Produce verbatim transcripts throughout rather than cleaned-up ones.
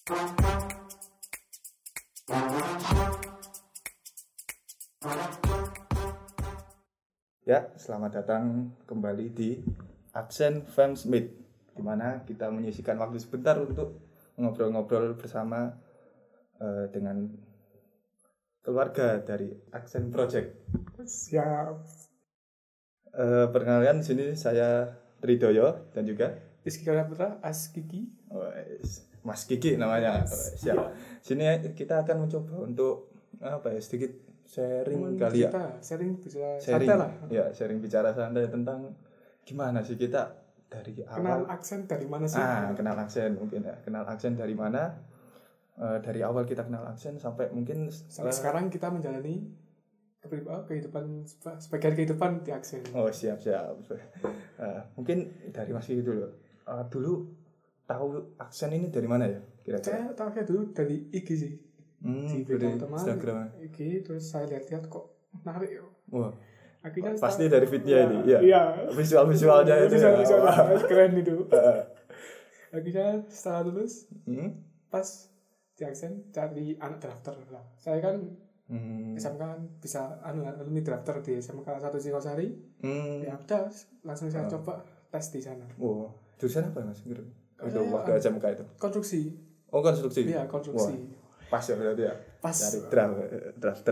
Ya, selamat datang kembali di Aksen Fans Meet, di mana kita menyisihkan waktu sebentar untuk ngobrol-ngobrol bersama uh, dengan keluarga dari Aksen Project. Siap. Uh, perkenalkan di sini saya Tridoyo dan juga Rizky Putra, As Kiki. Oh, Mas Kiki namanya. Mas, Siap. ya. Sini kita akan mencoba untuk apa ya sedikit sharing Teman kali ya. Kita, sharing bicara Sharing, santai lah. ya, sharing bicara santai tentang gimana sih kita dari Kenal awal. aksen dari mana sih? Ah, kenal aksen mungkin ya. Kenal aksen dari mana? Uh, dari awal kita kenal aksen sampai mungkin Sampai uh, sekarang kita menjalani kehidupan sebagian kehidupan di aksen. Oh, siap siap. Uh, mungkin dari Mas Kiki dulu. Uh, dulu tahu aksen ini dari mana ya? Kira-kira? Saya tahu ya dulu dari I G sih. Hmm, di dari teman Instagram. I G, terus saya lihat-lihat kok menarik ya. Wah. Akhirnya pasti setelah, dari fitnya ya, ini. Iya. Iya. Visual-visualnya itu. Visual-visualnya keren itu. Akhirnya setelah lulus, hmm? pas di aksen cari anak drafter lah. Saya kan hmm. S M K kan bisa anu alumni drafter di S M K satu Singosari. Hmm. Ya udah langsung saya oh. coba tes di sana. Oh, jurusan apa Mas? Itu Saya, waktu S M K itu. Konstruksi. Oh, konstruksi. Iya, konstruksi. Wah. Pas ya berarti ya. Pas. Dari draft, drafter.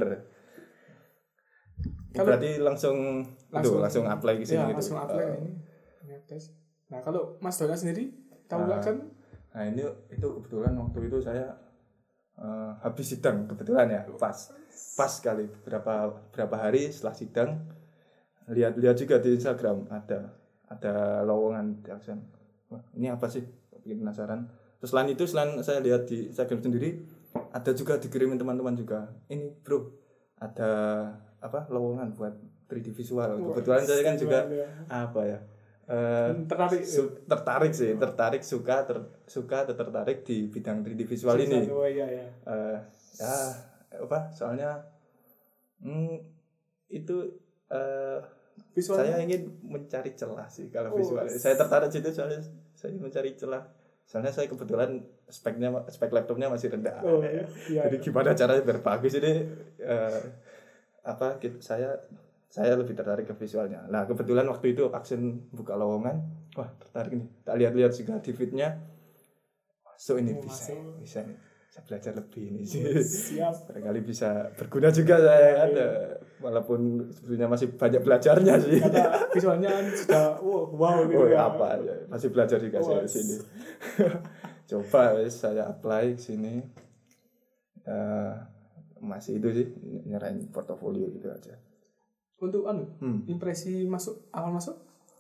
Kalau berarti langsung langsung itu langsung apply ke sini ya, gitu. langsung apply uh. ini. Ini tes. Nah, kalau Mas Dona sendiri tahu uh, kan? Nah, ini itu kebetulan waktu itu saya uh, habis sidang kebetulan ya, pas. Pas kali berapa berapa hari setelah sidang lihat-lihat juga di Instagram ada ada lowongan di aksen. Wah, ini apa sih? Bikin penasaran. Terus selain itu selain saya lihat di Instagram sendiri ada juga dikirimin teman-teman juga. Ini bro, ada apa lowongan buat tiga D visual. Kebetulan saya kan juga ya. apa ya? Uh, tertarik su- tertarik sih, tertarik suka ter, suka atau tertarik di bidang tiga D visual ini. Oh, iya, iya. Uh, ya apa? Soalnya hmm, itu uh, saya ingin mencari celah sih kalau oh, visual. Saya tertarik situ soalnya saya mencari celah. Soalnya saya kebetulan speknya spek laptopnya masih rendah. Oh, iya, iya. Jadi gimana caranya biar bagus ini uh, apa saya saya lebih tertarik ke visualnya. Nah, kebetulan waktu itu Aksen buka lowongan. Wah, tertarik nih. Tak lihat-lihat juga di feed-nya. Masuk ini oh, bisa. Masuk. Bisa nih. Saya belajar lebih ini sih. Siap. Barangkali bisa berguna juga saya kan. Walaupun sebetulnya masih banyak belajarnya sih. Kata visualnya sudah wow, wow gitu oh, ya. apa ya. Masih belajar juga oh, saya di sini. Coba saya apply ke sini. Uh, masih itu sih nyerahin portofolio gitu aja. Untuk anu, hmm. impresi masuk awal masuk?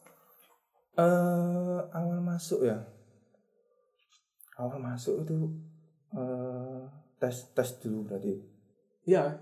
Uh, awal masuk ya. Awal masuk itu uh, tes tes dulu berarti. Iya.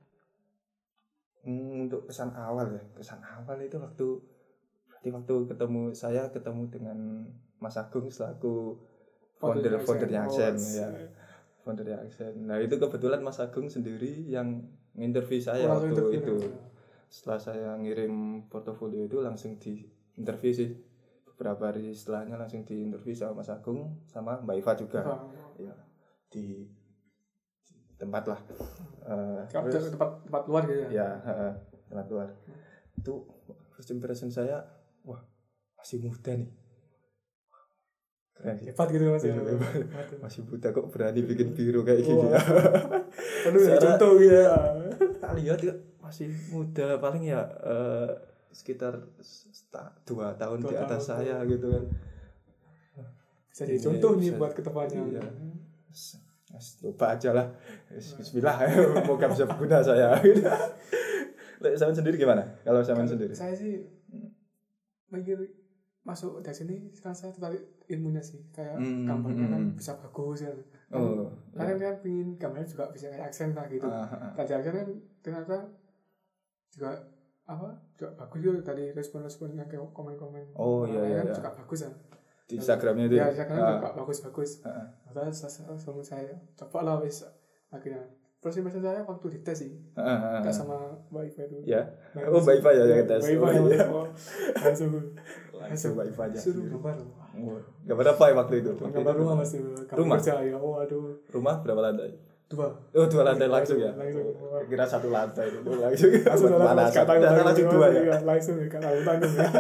Hmm, untuk kesan awal ya, kesan awal itu waktu berarti waktu ketemu saya ketemu dengan Mas Agung selaku founder foundernya Aksen oh, ya. Foundernya Aksen. Nah, itu kebetulan Mas Agung sendiri yang nginterview saya oh, waktu interview itu. Ya. Setelah saya ngirim portofolio itu langsung di interview sih. Beberapa hari setelahnya langsung di interview sama Mas Agung sama Mbak Iva juga. Oh. Ya, di tempat lah. Uh, terus, tempat tempat luar gitu ya. Ya, uh, tempat luar. Itu first impression saya, wah, masih muda nih. Keren. Hebat gitu Mas. Ya. Masih muda kok berani bikin biru kayak gini. Oh. Aduh, ya, contoh gitu ya. Tak lihat ya masih muda paling ya uh, sekitar dua tahun dua di atas tahun saya gitu kan. Bisa jadi contoh nih buat kedepannya. Iya. Lupa aja lah. Bismillah, moga bisa berguna saya. Lek Saman sendiri gimana? Kalau Saman sendiri? Saya sih mikir masuk dari sini sekarang saya tertarik ilmunya sih, kayak hmm, gambarnya hmm. kan bisa bagus ya. Oh, kalian ya. Kan pingin gambarnya juga bisa kayak aksen lah gitu. Uh, uh, Tadi aksen kan ternyata juga apa? Juga bagus juga dari respon-responnya kayak komen-komen. Oh iya iya. Kan juga bagus ya. Di Instagramnya itu ya Instagramnya uh, juga bagus-bagus uh, terus langsung saya coba lah wis akhirnya terus impresi saya waktu dites sih uh, uh, uh, sama Mbak Iva itu ya yeah. Oh Mbak Iva ya yang tes Mbak Iva ya langsung langsung Mbak Iva aja suruh gambar Gambar apa ya waktu itu? Gambar rumah Mas itu. Rumah Kerja ya. Oh aduh. Rumah berapa lantai? Dua. Oh dua lantai langsung ya. Langsung. Kira satu lantai itu langsung. Langsung mana kata langsung dua ya. Langsung ya kata tanggung ya.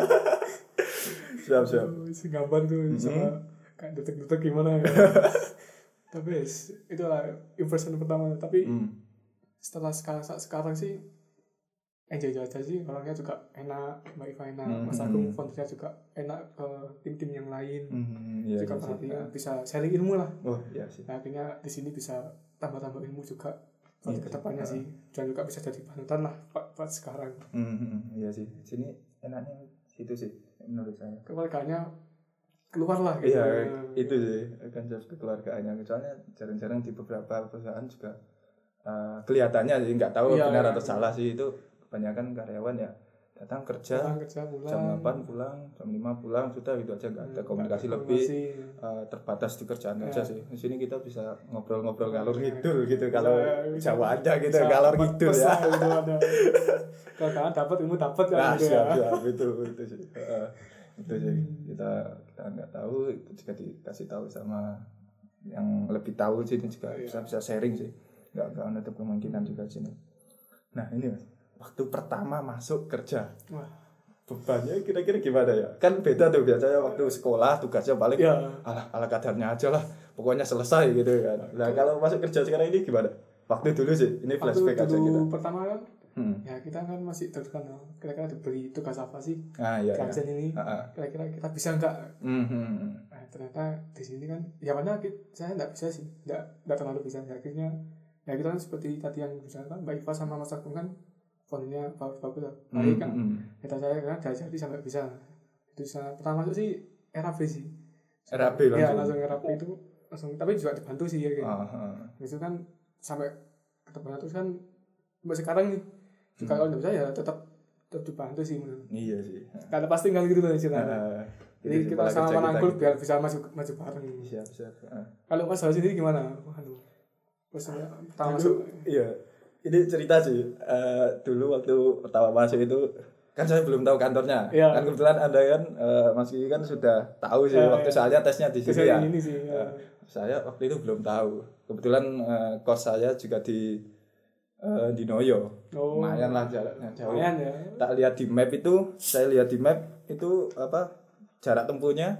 Siap siap. Si gambar tuh sama kayak detek-detek gimana ya. Tapi itulah impression pertama. Tapi setelah sekarang sekarang sih enjoy aja sih, orangnya juga enak, Mbak Iva enak, hmm, Mas Agung hmm. foundernya juga enak ke tim-tim yang lain, hmm, iya, juga perhatian, bisa sharing ilmu lah. Oh iya sih. Nah, akhirnya di sini bisa tambah-tambah ilmu juga buat iya, kedepannya sih, dan juga bisa jadi panutan lah buat sekarang. Hmm, iya sih, sini enaknya situ sih menurut saya. Keluarganya keluar lah gitu. Iya, itu sih konsep kekeluargaannya. Soalnya jarang-jarang di beberapa perusahaan juga uh, kelihatannya sih nggak tahu iya, benar iya, atau iya. salah sih itu. Kebanyakan karyawan ya datang kerja, datang kerja pulang. jam delapan pulang, jam lima pulang, sudah gitu aja, nggak ada komunikasi hmm, lebih uh, terbatas di kerjaan ya. aja sih. Di sini kita bisa ngobrol-ngobrol ngalur ngidul gitu, bisa, kalau Jawa aja gitu ngalur ngidul ya. Kalau kalian dapat ilmu dapat ya. Nah, siap, siap, itu itu sih. Uh, itu sih kita kita nggak tahu, itu juga dikasih tahu sama yang lebih tahu sih, juga bisa bisa sharing sih, nggak nggak menutup kemungkinan juga sini. Nah ini Mas, waktu pertama masuk kerja, wah, bebannya kira-kira gimana ya? Kan beda tuh biasanya waktu sekolah tugasnya paling ya. ala ala kadarnya aja lah, pokoknya selesai gitu kan. Nah kalau masuk kerja sekarang ini gimana? Waktu dulu sih, ini flashback aja kita. Waktu pertama kan, hmm. ya kita kan masih terkenal. Kira-kira diberi tugas apa sih? Ah iya. Kerjaan iya. ini, uh-uh. kira-kira kita bisa nggak? Mm-hmm. Nah, ternyata di sini kan, ya mana saya nggak bisa sih, nggak nggak terlalu bisa. Akhirnya, ya kita kan seperti tadi yang misalkan Mbak Iva sama Mas Agung kan. Fontnya bagus lah, baik kan. Kita saya kan diajari sampai bisa. Itu saya pertama masuk sih R A B sih. R A B langsung. Ya langsung R A B itu langsung, tapi juga dibantu sih ya gitu. Uh-huh. Itu kan sampai ketemu terus kan sampai sekarang nih. Juga hmm. kalau nggak bisa ya tetap tetap dibantu sih menurut. Iya sih. Karena pasti tinggal gitu loh ceritanya. Uh, Jadi kita sama menangkul biar bisa maju maju bareng. Siap siap. Uh. Kalau Mas Hal sendiri gimana? Waduh. Maksudnya pertama masuk. Iya. Ini cerita sih, uh, dulu waktu pertama masuk itu kan saya belum tahu kantornya, ya. Kan kebetulan Anda kan uh, Mas Kiki kan sudah tahu sih ya, waktu ya. Soalnya tesnya di sini ya. Ini sih, ya. Uh, saya waktu itu belum tahu, kebetulan uh, kos saya juga di uh, di Noyo, oh. lumayan lah jaraknya jauh. Lumayan ya. Tak lihat di map itu, saya lihat di map itu apa jarak tempuhnya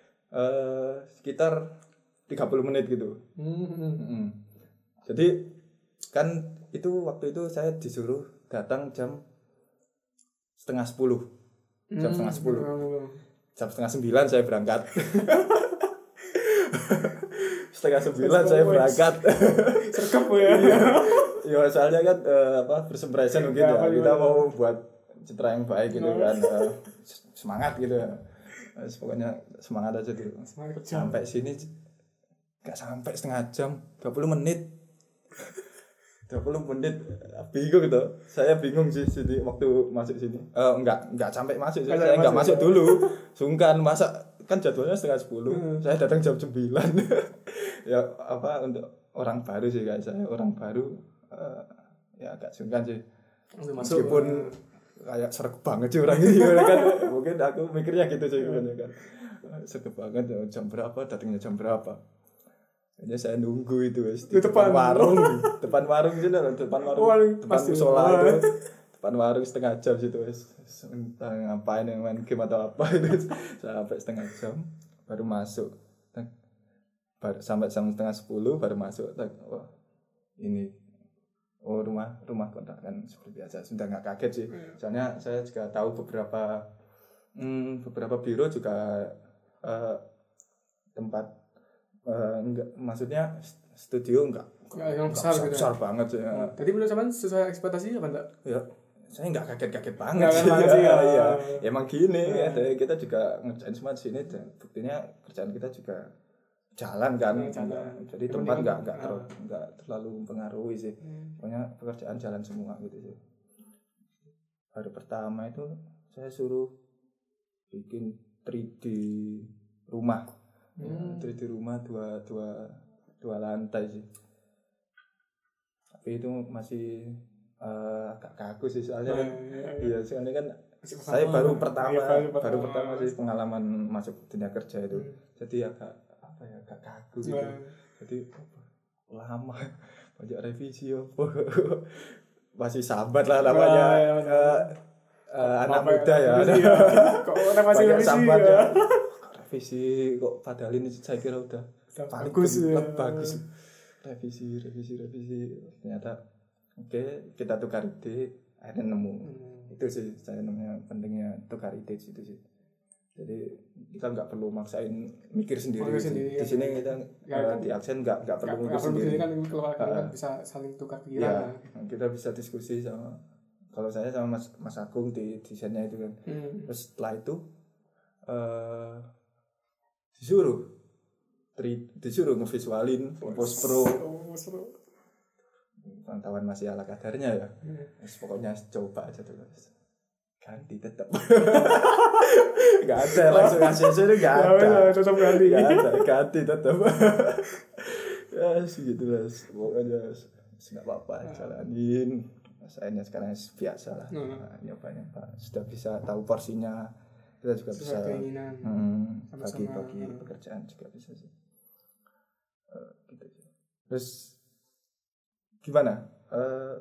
uh, sekitar tiga puluh menit gitu. Hmm. Hmm. Jadi kan itu waktu itu saya disuruh datang jam setengah sepuluh jam hmm, setengah sepuluh jam setengah sembilan saya berangkat setengah sembilan saya berangkat serkap ya ya soalnya kan uh, apa bersempresen mungkin ya, kita mau buat citra yang baik gitu kan, uh, semangat gitu ya, uh, pokoknya semangat aja dulu. Sampai sini nggak sampai setengah jam, dua puluh menit dua puluh menit, bingung gitu. Saya bingung sih sini waktu masuk sini. Eh uh, enggak enggak sampai masuk sih. Saya enggak masuk, masuk dulu. Sungkan masa kan jadwalnya setengah sepuluh. Hmm. Saya datang jam sembilan. Ya apa untuk orang baru sih kayak saya, orang baru uh, ya agak sungkan sih. Meskipun uh, kayak serem banget sih orang ini kan. Mungkin aku mikirnya gitu sih kan. Serem banget jam berapa, datangnya jam berapa. Hanya saya nunggu itu wes di depan, depan warung, depan warung sih, depan warung, oh, depan musola itu, depan warung setengah jam situ wes, entah ngapain yang main game atau apa itu, sampai setengah jam baru masuk, baru sampai jam setengah sepuluh baru masuk, wah ini, oh rumah rumah kontrakan seperti biasa, sudah nggak kaget sih, soalnya saya juga tahu beberapa, hmm, beberapa biro juga uh, tempat Uh, enggak, maksudnya studio enggak, enggak yang besar, besar, gitu besar ya. banget sih. Hmm. Tadi menurut sampean sesuai ekspektasi apa enggak? Ya, saya enggak kaget-kaget banget sih. Ya, sih ya. Ya. Emang gini ya, ya, kita juga ngerjain semua di sini dan buktinya kerjaan kita juga jalan kan. Ya, jalan. Jadi tempat enggak enggak ter, enggak terlalu mempengaruhi sih. Hmm. Pokoknya pekerjaan jalan semua gitu sih. Hari pertama itu saya suruh bikin tiga D rumah. Hmm. Ya, di rumah dua dua dua lantai sih, tapi itu masih uh, agak kaku sih soalnya kan, iya soalnya kan saya baru pertama ya, baru, pertama, baru pertama sih pengalaman masuk dunia kerja itu. Hmm. Jadi agak apa ya, agak kaku gitu. Hmm. Jadi apa, lama banyak revisi apa. Masih sahabat lah namanya. Wah, ya, ya. Uh, uh, anak muda ya. ya. Kok orang masih revisi ya. Revisi kok padahal ini saya kira udah paling bagus ya. Bagus. Revisi, revisi, revisi. Ternyata oke, okay, kita tukar ide, akhirnya nemu. Hmm. Itu sih saya namanya pentingnya tukar ide itu sih. Jadi kita nggak perlu maksain mikir sendiri. Oh, sendiri di sini kita ya, uh, di Aksen nggak nggak perlu mikir sendiri. Kan keluarga uh, kan bisa saling tukar pikiran. Ya, kita bisa diskusi sama. Kalau saya sama Mas Mas Agung di desainnya itu kan. Hmm. Terus setelah itu uh, disuruh tri, disuruh ngevisualin post pro. Pengetahuan masih ala kadarnya ya. Hmm. Terus pokoknya coba aja dulu. Ganti tetap. Gak ada langsung hasil itu gak ada. Tetap ganti. Gak ada ganti tetap. Ya segitu lah. Pokoknya nggak apa-apa jalanin. Sayangnya sekarang biasa lah. Nah, nyoba-nyoba. Sudah bisa tahu porsinya. Kita juga bisa hmm, bagi-bagi pekerjaan juga bisa sih. Uh, gitu. Terus gimana? Uh,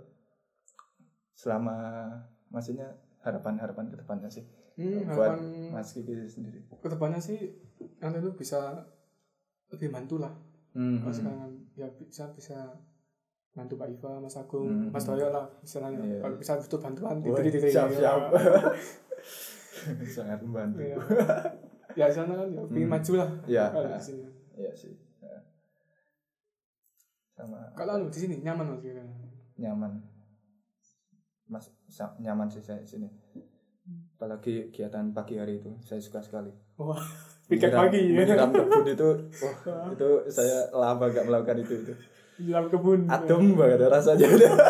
selama maksudnya harapan-harapan ke depannya sih hmm, buat harapan Mas Kiki sendiri. Ke depannya sih yang itu bisa lebih bantu lah. Hmm, Kalau hmm. sekarang ya bisa bisa bantu Pak Iva, Mas Agung, hmm. Mas Toyo lah misalnya. Yeah. Kalau bisa butuh bantuan di titik-titik siap-siap. Sangat membantu. Ya, ya sana kan ya ingin hmm. maju lah. Iya. Nah, di sini. Iya sih. Ya. Sama. Kalau lu di sini nyaman Mas kira? Nyaman. Mas nyaman sih saya di sini. Apalagi kegiatan pagi hari itu saya suka sekali. Wah, piket pagi ya. Menyiram kebun itu, wah, itu saya lama gak melakukan itu itu. Menyiram kebun. Adem ya. Banget rasanya.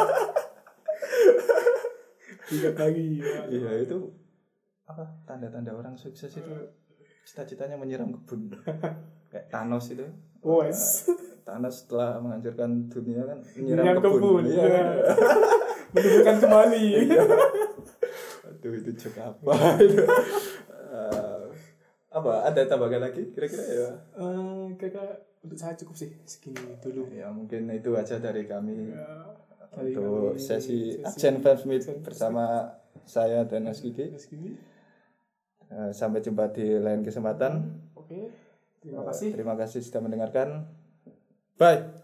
Piket pagi. Ya. Iya itu apa tanda-tanda orang sukses itu cita-citanya menyiram kebun. Kayak Thanos itu. Oh, yes. Thanos setelah menghancurkan dunia kan menyiram kebun. kebun. Iya. Menemukan kembali. Aduh itu juga apa itu? Uh, apa ada tambahan lagi kira-kira ya? Uh, kira-kira untuk saya cukup sih segini dulu. Ya mungkin itu aja dari kami ya, dari untuk kami, sesi, sesi Aksen Fans Meet bersama saya dan Mas Kiki. Uh, sampai jumpa di lain kesempatan. Oke. Okay. Terima kasih. Uh, terima kasih sudah mendengarkan. Bye.